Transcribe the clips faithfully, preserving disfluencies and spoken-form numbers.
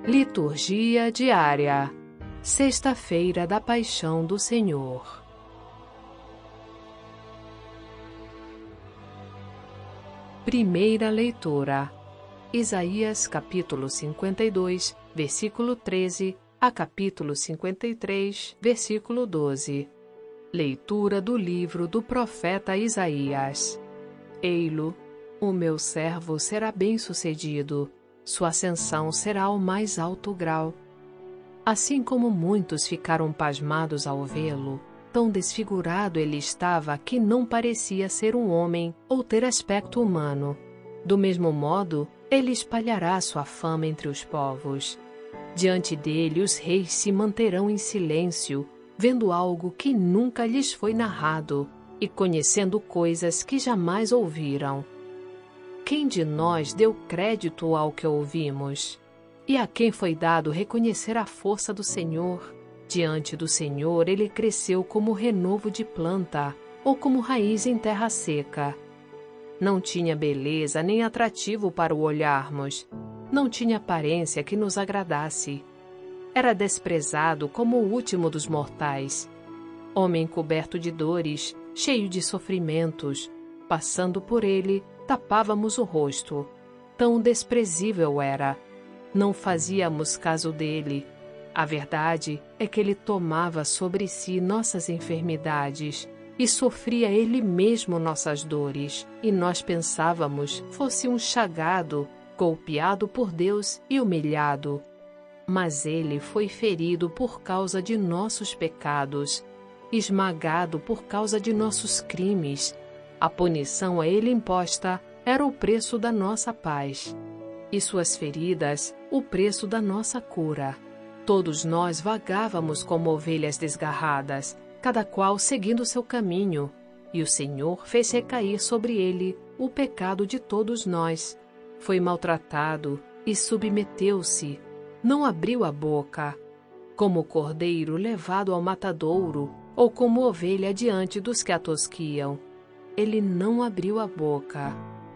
Liturgia diária. Sexta-feira da Paixão do Senhor. Primeira leitura. Isaías capítulo cinquenta e dois, versículo treze, a capítulo cinquenta e três, versículo doze. Leitura do livro do profeta Isaías. Ei-lo, o meu servo será bem-sucedido, sua ascensão será ao mais alto grau. Assim como muitos ficaram pasmados ao vê-lo, tão desfigurado ele estava que não parecia ser um homem ou ter aspecto humano. Do mesmo modo, ele espalhará sua fama entre os povos. Diante dele os reis se manterão em silêncio, vendo algo que nunca lhes foi narrado e conhecendo coisas que jamais ouviram. Quem de nós deu crédito ao que ouvimos? E a quem foi dado reconhecer a força do Senhor? Diante do Senhor ele cresceu como renovo de planta, ou como raiz em terra seca. Não tinha beleza nem atrativo para o olharmos, não tinha aparência que nos agradasse. Era desprezado como o último dos mortais. Homem coberto de dores, cheio de sofrimentos, passando por ele, tapávamos o rosto. Tão desprezível era. Não fazíamos caso dele. A verdade é que ele tomava sobre si nossas enfermidades e sofria ele mesmo nossas dores, e nós pensávamos fosse um chagado, golpeado por Deus e humilhado. Mas ele foi ferido por causa de nossos pecados, esmagado por causa de nossos crimes. A punição a ele imposta era o preço da nossa paz, e suas feridas o preço da nossa cura. Todos nós vagávamos como ovelhas desgarradas, cada qual seguindo seu caminho, e o Senhor fez recair sobre ele o pecado de todos nós. Foi maltratado e submeteu-se, não abriu a boca, como cordeiro levado ao matadouro, ou como ovelha diante dos que a tosquiam. Ele não abriu a boca.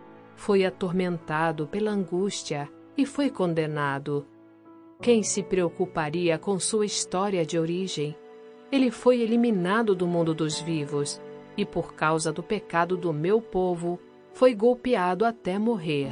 Foi atormentado pela angústia e foi condenado. Quem se preocuparia com sua história de origem? Ele foi eliminado do mundo dos vivos, e por causa do pecado do meu povo, foi golpeado até morrer.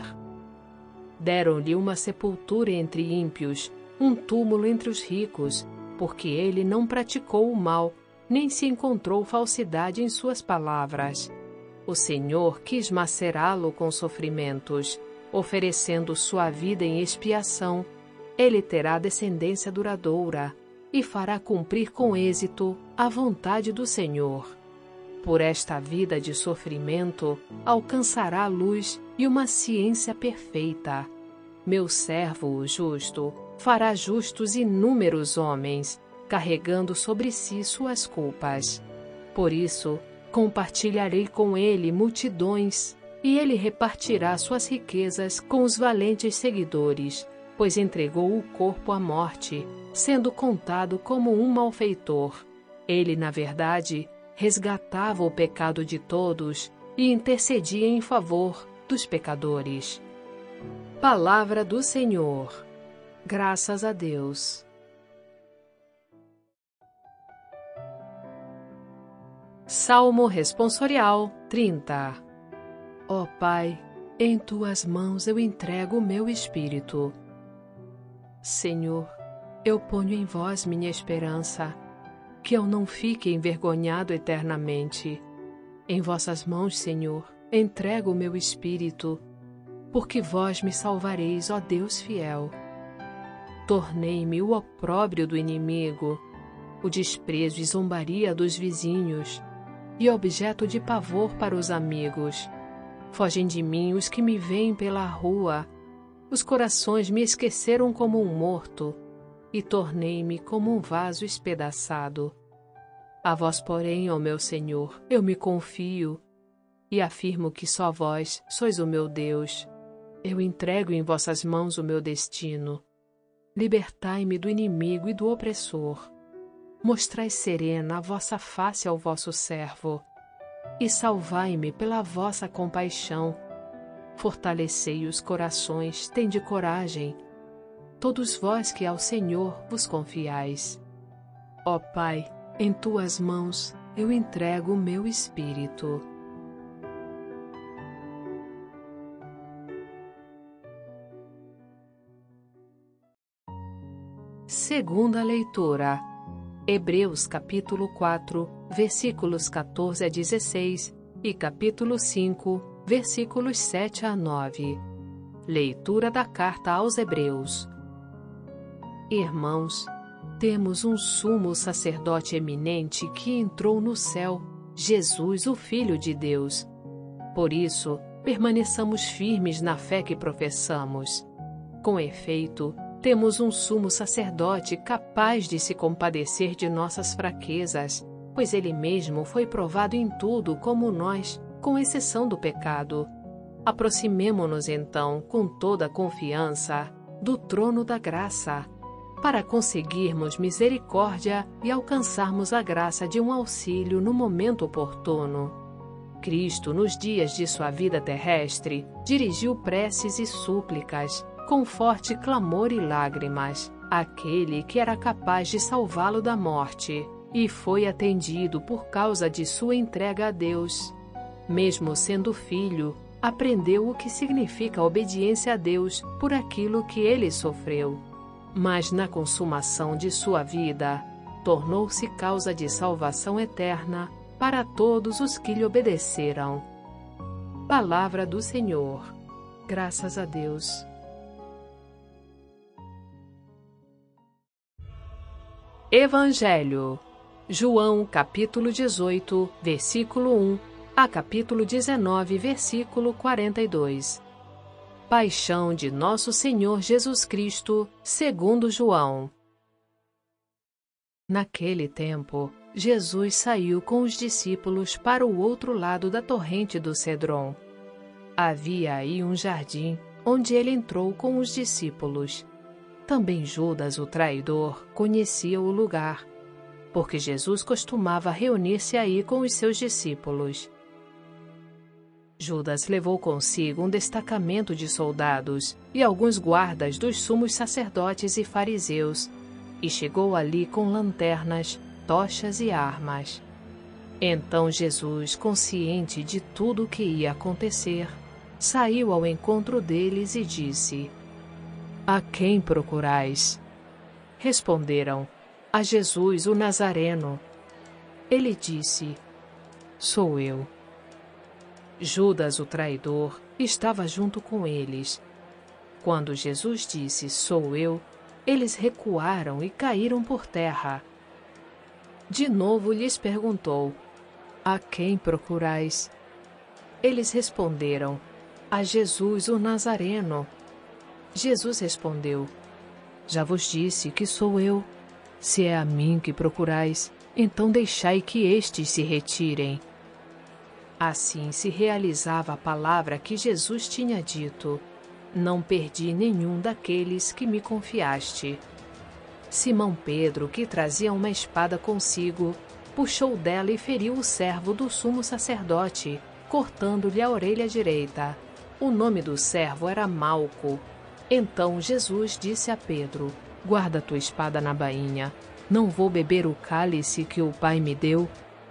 Deram-lhe uma sepultura entre ímpios, um túmulo entre os ricos, porque ele não praticou o mal, nem se encontrou falsidade em suas palavras. O Senhor quis macerá-lo com sofrimentos, oferecendo sua vida em expiação. Ele terá descendência duradoura e fará cumprir com êxito a vontade do Senhor. Por esta vida de sofrimento, alcançará a luz e uma ciência perfeita. Meu servo, o justo, fará justos inúmeros homens, carregando sobre si suas culpas. Por isso, compartilharei com ele multidões, e ele repartirá suas riquezas com os valentes seguidores, pois entregou o corpo à morte, sendo contado como um malfeitor. Ele, na verdade, resgatava o pecado de todos e intercedia em favor dos pecadores. Palavra do Senhor. Graças a Deus. Salmo Responsorial trinta. Ó Pai, em Tuas mãos eu entrego o meu espírito. Senhor, eu ponho em Vós minha esperança, que eu não fique envergonhado eternamente. Em Vossas mãos, Senhor, entrego o meu espírito, porque Vós me salvareis, ó Deus fiel. Tornei-me o opróbrio do inimigo, o desprezo e zombaria dos vizinhos, e objeto de pavor para os amigos. Fogem de mim os que me veem pela rua. Os corações me esqueceram como um morto, e tornei-me como um vaso espedaçado. A vós, porém, ó meu Senhor, eu me confio, e afirmo que só vós sois o meu Deus. Eu entrego em vossas mãos o meu destino. Libertai-me do inimigo e do opressor. Mostrai serena a vossa face ao vosso servo, e salvai-me pela vossa compaixão. Fortalecei os corações, tende coragem. todos vós que ao Senhor vos confiais. Ó Pai, em tuas mãos eu entrego o meu espírito. Segunda leitura. Hebreus capítulo quatro, versículos quatorze a dezesseis e capítulo cinco, versículos sete a nove. Leitura da carta aos Hebreus. Irmãos, temos um sumo sacerdote eminente que entrou no céu, Jesus, o Filho de Deus. Por isso, permaneçamos firmes na fé que professamos. Com efeito, temos um sumo sacerdote capaz de se compadecer de nossas fraquezas, pois ele mesmo foi provado em tudo como nós, com exceção do pecado. Aproximemo-nos então, com toda a confiança, do trono da graça, para conseguirmos misericórdia e alcançarmos a graça de um auxílio no momento oportuno. Cristo, nos dias de sua vida terrestre, dirigiu preces e súplicas, com forte clamor e lágrimas, àquele que era capaz de salvá-lo da morte, e foi atendido por causa de sua entrega a Deus. Mesmo sendo filho, aprendeu o que significa obediência a Deus por aquilo que ele sofreu. Mas na consumação de sua vida, tornou-se causa de salvação eterna para todos os que lhe obedeceram. Palavra do Senhor. Graças a Deus. Evangelho. João, capítulo dezoito, versículo um, a capítulo dezenove, versículo quarenta e dois. Paixão de Nosso Senhor Jesus Cristo, segundo João. Naquele tempo, Jesus saiu com os discípulos para o outro lado da torrente do Cedron. Havia aí um jardim, onde ele entrou com os discípulos. Também Judas, o traidor, conhecia o lugar, porque Jesus costumava reunir-se aí com os seus discípulos. Judas levou consigo um destacamento de soldados e alguns guardas dos sumos sacerdotes e fariseus, e chegou ali com lanternas, tochas e armas. Então Jesus, consciente de tudo o que ia acontecer, saiu ao encontro deles e disse: A quem procurais? Responderam: A Jesus, o Nazareno. Ele disse: Sou eu. Judas, o traidor, estava junto com eles. Quando Jesus disse: Sou eu, eles recuaram e caíram por terra. De novo lhes perguntou: A quem procurais? Eles responderam: A Jesus, o Nazareno. Jesus respondeu: Já vos disse que sou eu. Se é a mim que procurais, então deixai que estes se retirem. Assim se realizava a palavra que Jesus tinha dito: Não perdi nenhum daqueles que me confiaste. Simão Pedro, que trazia uma espada consigo, puxou dela e feriu o servo do sumo sacerdote, cortando-lhe a orelha direita. O nome do servo era Malco. Então Jesus disse a Pedro: Guarda tua espada na bainha. Não vou beber o cálice que o Pai me deu?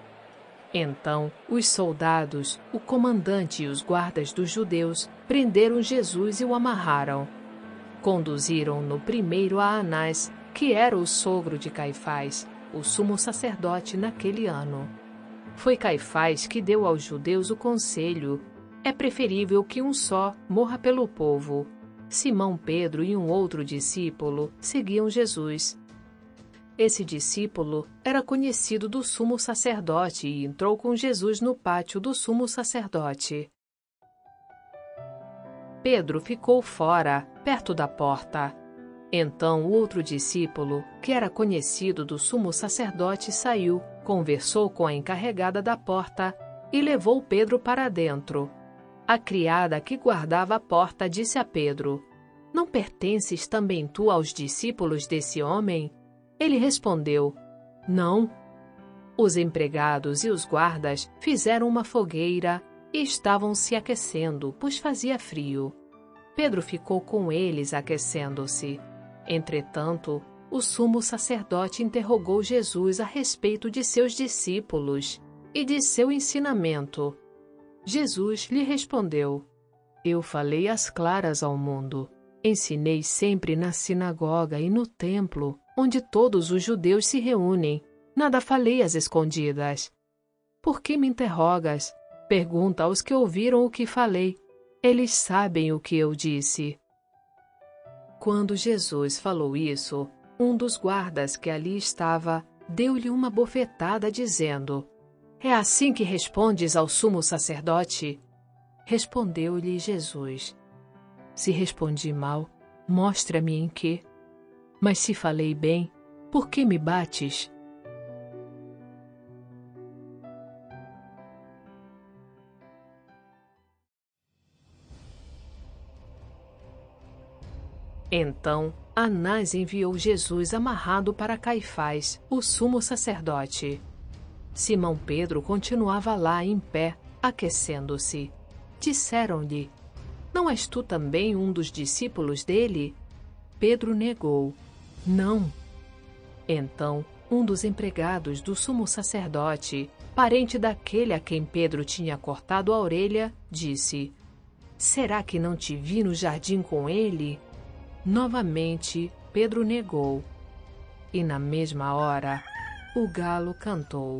Então os soldados, o comandante e os guardas dos judeus prenderam Jesus e o amarraram. Conduziram-no primeiro a Anás, que era o sogro de Caifás, o sumo sacerdote naquele ano. Foi Caifás que deu aos judeus o conselho: é preferível que um só morra pelo povo. Simão Pedro e um outro discípulo seguiam Jesus. Esse discípulo era conhecido do sumo sacerdote e entrou com Jesus no pátio do sumo sacerdote. Pedro ficou fora, perto da porta. Então o outro discípulo, que era conhecido do sumo sacerdote, saiu, conversou com a encarregada da porta e levou Pedro para dentro. A criada que guardava a porta disse a Pedro: Não pertences também tu aos discípulos desse homem? Ele respondeu: Não. Os empregados e os guardas fizeram uma fogueira e estavam se aquecendo, pois fazia frio. Pedro ficou com eles aquecendo-se. Entretanto, o sumo sacerdote interrogou Jesus a respeito de seus discípulos e de seu ensinamento. Jesus lhe respondeu: Eu falei às claras ao mundo. Ensinei sempre na sinagoga e no templo, onde todos os judeus se reúnem. Nada falei às escondidas. Por que me interrogas? Pergunta aos que ouviram o que falei. Eles sabem o que eu disse. Quando Jesus falou isso, um dos guardas que ali estava deu-lhe uma bofetada, dizendo: É assim que respondes ao sumo sacerdote? Respondeu-lhe Jesus: Se respondi mal, mostra-me em que. Mas se falei bem, por que me bates? Então, Anás enviou Jesus amarrado para Caifás, o sumo sacerdote. Simão Pedro continuava lá em pé, aquecendo-se. Disseram-lhe: Não és tu também um dos discípulos dele? Pedro negou: Não. Então, um dos empregados do sumo sacerdote, parente daquele a quem Pedro tinha cortado a orelha, disse: Será que não te vi no jardim com ele? Novamente, Pedro negou. E na mesma hora, o galo cantou.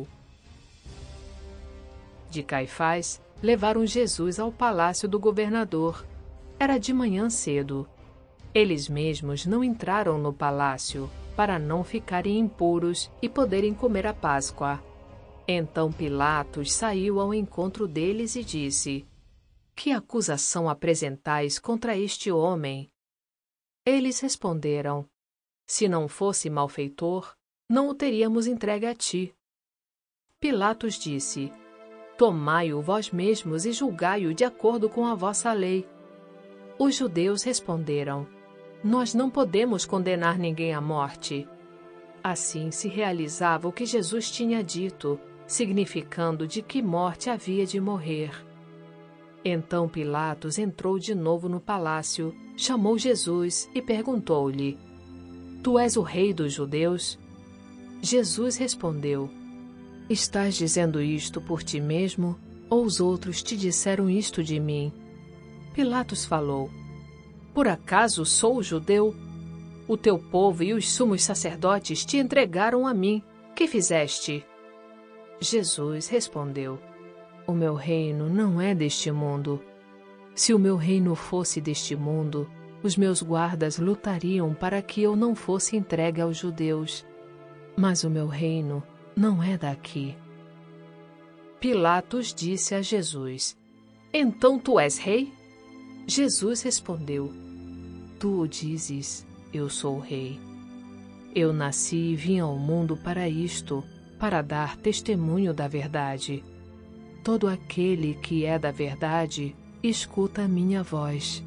De Caifás, levaram Jesus ao palácio do governador. Era de manhã cedo. Eles mesmos não entraram no palácio, para não ficarem impuros e poderem comer a Páscoa. Então Pilatos saiu ao encontro deles e disse: Que acusação apresentais contra este homem? Eles responderam: Se não fosse malfeitor, não o teríamos entregue a ti. Pilatos disse: Tomai-o vós mesmos e julgai-o de acordo com a vossa lei. Os judeus responderam: Nós não podemos condenar ninguém à morte. Assim se realizava o que Jesus tinha dito, significando de que morte havia de morrer. Então Pilatos entrou de novo no palácio, chamou Jesus e perguntou-lhe: Tu és o rei dos judeus? Jesus respondeu: Estás dizendo isto por ti mesmo, ou os outros te disseram isto de mim? Pilatos falou: Por acaso sou judeu? O teu povo e os sumos sacerdotes te entregaram a mim. Que fizeste? Jesus respondeu: O meu reino não é deste mundo. Se o meu reino fosse deste mundo, os meus guardas lutariam para que eu não fosse entregue aos judeus. Mas o meu reino não é daqui. Pilatos disse a Jesus: Então tu és rei? Jesus respondeu: Tu o dizes, eu sou rei. Eu nasci e vim ao mundo para isto, para dar testemunho da verdade. Todo aquele que é da verdade, escuta a minha voz.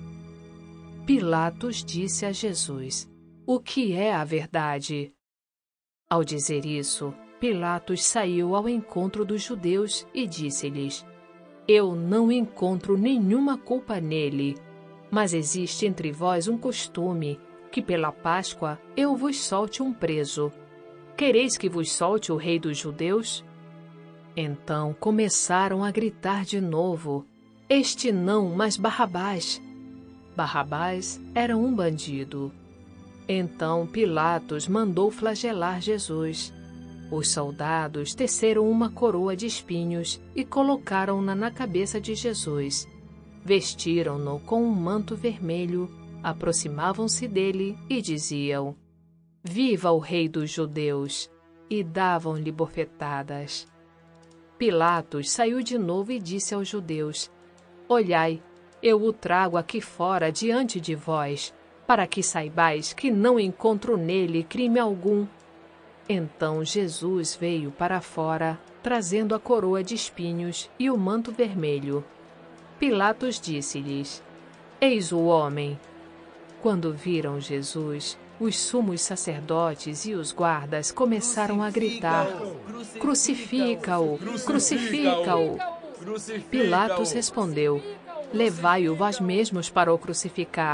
Pilatos disse a Jesus: O que é a verdade? Ao dizer isso, Pilatos saiu ao encontro dos judeus e disse-lhes: Eu não encontro nenhuma culpa nele, mas existe entre vós um costume, que pela Páscoa eu vos solte um preso. Quereis que vos solte o rei dos judeus? Então começaram a gritar de novo: Este não, mas Barrabás. Barrabás era um bandido. Então Pilatos mandou flagelar Jesus. Os soldados teceram uma coroa de espinhos e colocaram-na na cabeça de Jesus. Vestiram-no com um manto vermelho, aproximavam-se dele e diziam: Viva o rei dos judeus! E davam-lhe bofetadas. Pilatos saiu de novo e disse aos judeus: Olhai, eu o trago aqui fora diante de vós, para que saibais que não encontro nele crime algum. Então Jesus veio para fora, trazendo a coroa de espinhos e o manto vermelho. Pilatos disse-lhes: Eis o homem. Quando viram Jesus, os sumos sacerdotes e os guardas começaram a gritar: Crucifica-o! Crucifica-o! Pilatos respondeu: Levai-o vós mesmos para o crucificar,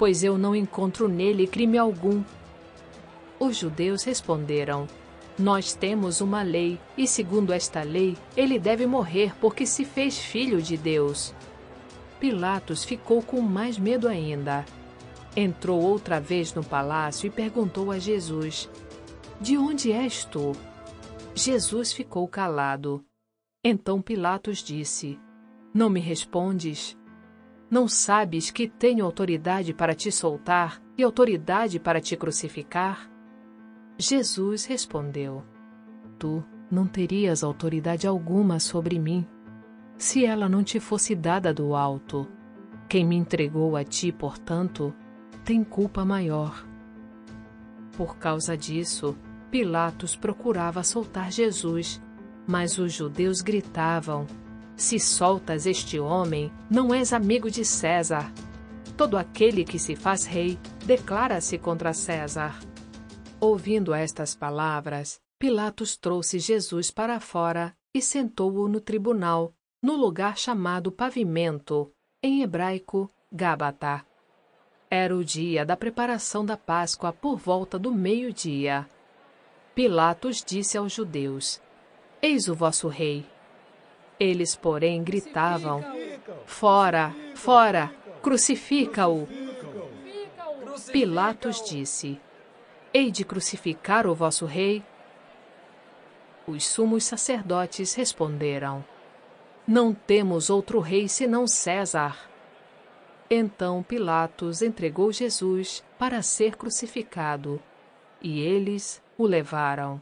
pois eu não encontro nele crime algum. Os judeus responderam: Nós temos uma lei, e segundo esta lei, ele deve morrer porque se fez filho de Deus. Pilatos ficou com mais medo ainda. Entrou outra vez no palácio e perguntou a Jesus: De onde és tu? Jesus ficou calado. Então Pilatos disse: Não me respondes? Não sabes que tenho autoridade para te soltar e autoridade para te crucificar? Jesus respondeu: Tu não terias autoridade alguma sobre mim, se ela não te fosse dada do alto. Quem me entregou a ti, portanto, tem culpa maior. Por causa disso, Pilatos procurava soltar Jesus, mas os judeus gritavam: Se soltas este homem, não és amigo de César. Todo aquele que se faz rei declara-se contra César. Ouvindo estas palavras, Pilatos trouxe Jesus para fora e sentou-o no tribunal, no lugar chamado Pavimento, em hebraico, Gábata. Era o dia da preparação da Páscoa por volta do meio-dia. Pilatos disse aos judeus: Eis o vosso rei. Eles, porém, gritavam: Fora, fora, crucifica-o! Pilatos disse: Hei de crucificar o vosso rei? Os sumos sacerdotes responderam: Não temos outro rei senão César. Então Pilatos entregou Jesus para ser crucificado, e eles o levaram.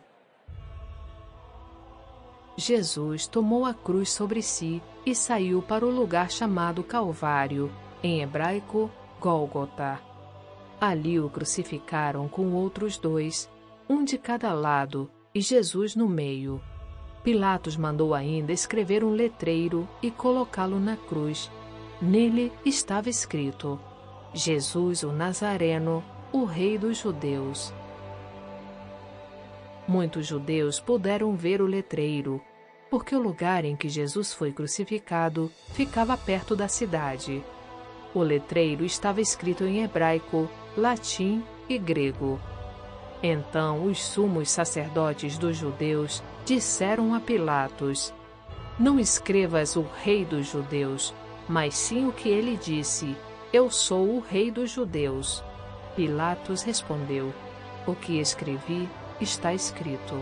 Jesus tomou a cruz sobre si e saiu para o lugar chamado Calvário, em hebraico, Gólgota. Ali o crucificaram com outros dois, um de cada lado, e Jesus no meio. Pilatos mandou ainda escrever um letreiro e colocá-lo na cruz. Nele estava escrito: Jesus o Nazareno, o Rei dos Judeus. Muitos judeus puderam ver o letreiro, porque o lugar em que Jesus foi crucificado ficava perto da cidade. O letreiro estava escrito em hebraico, latim e grego. Então os sumos sacerdotes dos judeus disseram a Pilatos: Não escrevas o Rei dos Judeus, mas sim o que ele disse: Eu sou o Rei dos Judeus. Pilatos respondeu: O que escrevi está escrito.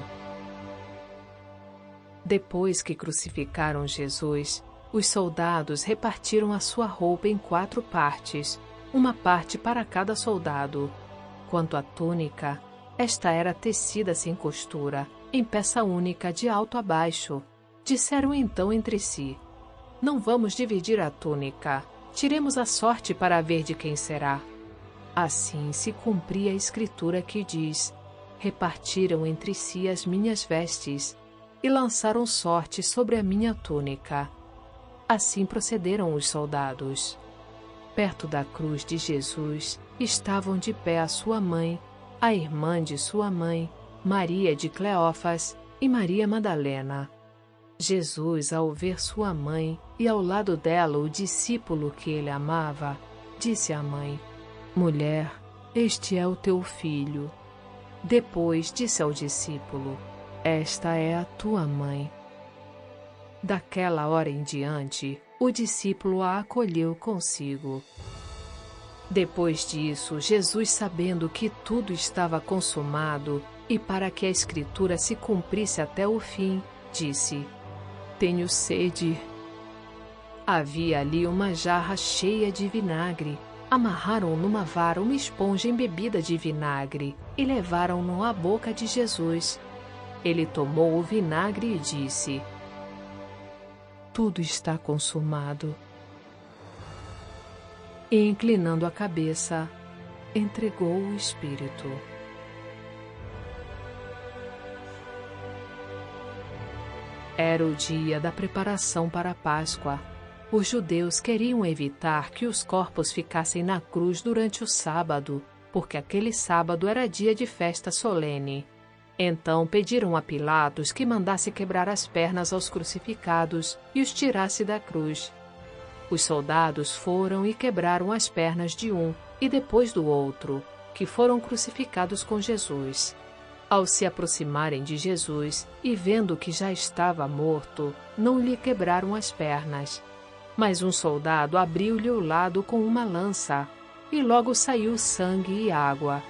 Depois que crucificaram Jesus, os soldados repartiram a sua roupa em quatro partes, uma parte para cada soldado. Quanto à túnica, esta era tecida sem costura, em peça única de alto a baixo. Disseram então entre si: Não vamos dividir a túnica, tiremos a sorte para ver de quem será. Assim se cumpria a escritura que diz: Repartiram entre si as minhas vestes e lançaram sorte sobre a minha túnica. Assim procederam os soldados. Perto da cruz de Jesus estavam de pé a sua mãe, a irmã de sua mãe, Maria de Cleófas e Maria Madalena. Jesus, ao ver sua mãe e ao lado dela o discípulo que ele amava, disse à mãe: Mulher, este é o teu filho. Depois disse ao discípulo: Esta é a tua mãe. Daquela hora em diante, o discípulo a acolheu consigo. Depois disso, Jesus, sabendo que tudo estava consumado e para que a Escritura se cumprisse até o fim, disse: Tenho sede. Havia ali uma jarra cheia de vinagre. Amarraram numa vara uma esponja embebida de vinagre e levaram-no à boca de Jesus. Ele tomou o vinagre e disse: Tudo está consumado. E, inclinando a cabeça, entregou o Espírito. Era o dia da preparação para a Páscoa. Os judeus queriam evitar que os corpos ficassem na cruz durante o sábado, porque aquele sábado era dia de festa solene. Então pediram a Pilatos que mandasse quebrar as pernas aos crucificados e os tirasse da cruz. Os soldados foram e quebraram as pernas de um e depois do outro, que foram crucificados com Jesus. Ao se aproximarem de Jesus e vendo que já estava morto, não lhe quebraram as pernas. Mas um soldado abriu-lhe o lado com uma lança, e logo saiu sangue e água.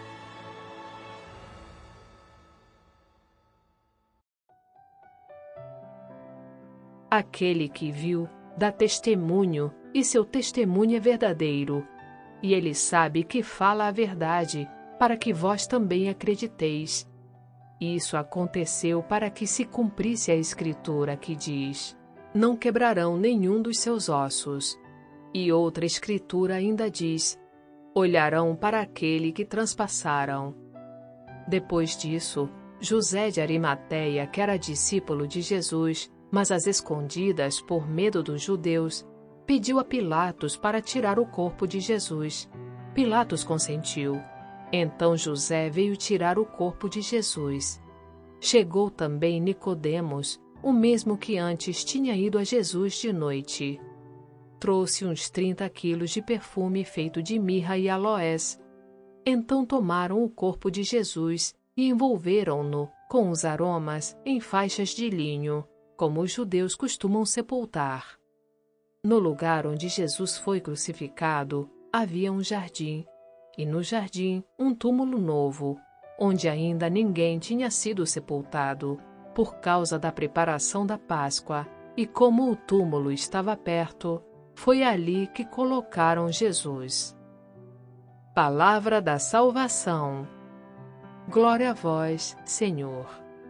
Aquele que viu dá testemunho, e seu testemunho é verdadeiro. E ele sabe que fala a verdade, para que vós também acrediteis. Isso aconteceu para que se cumprisse a Escritura que diz: não quebrarão nenhum dos seus ossos. E outra Escritura ainda diz: olharão para aquele que transpassaram. Depois disso, José de Arimateia, que era discípulo de Jesus, mas às escondidas por medo dos judeus, pediu a Pilatos para tirar o corpo de Jesus. Pilatos consentiu. Então José veio tirar o corpo de Jesus. Chegou também Nicodemos, o mesmo que antes tinha ido a Jesus de noite. Trouxe uns trinta quilos de perfume feito de mirra e aloés. Então tomaram o corpo de Jesus e envolveram-no com os aromas em faixas de linho, como os judeus costumam sepultar. No lugar onde Jesus foi crucificado, havia um jardim, e no jardim um túmulo novo, onde ainda ninguém tinha sido sepultado, por causa da preparação da Páscoa, e como o túmulo estava perto, foi ali que colocaram Jesus. Palavra da salvação. Glória a vós, Senhor.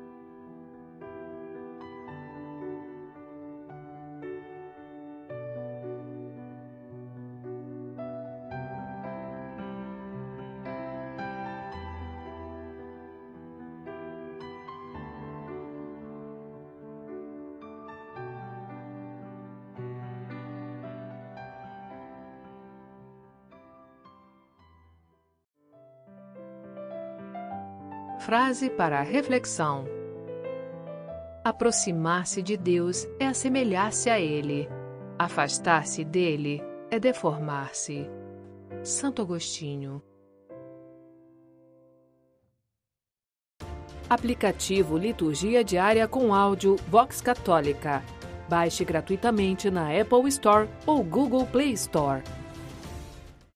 Frase para a reflexão. Aproximar-se de Deus é assemelhar-se a Ele. Afastar-se dele é deformar-se. Santo Agostinho. Aplicativo Liturgia Diária com áudio Vox Católica. Baixe gratuitamente na Apple Store ou Google Play Store.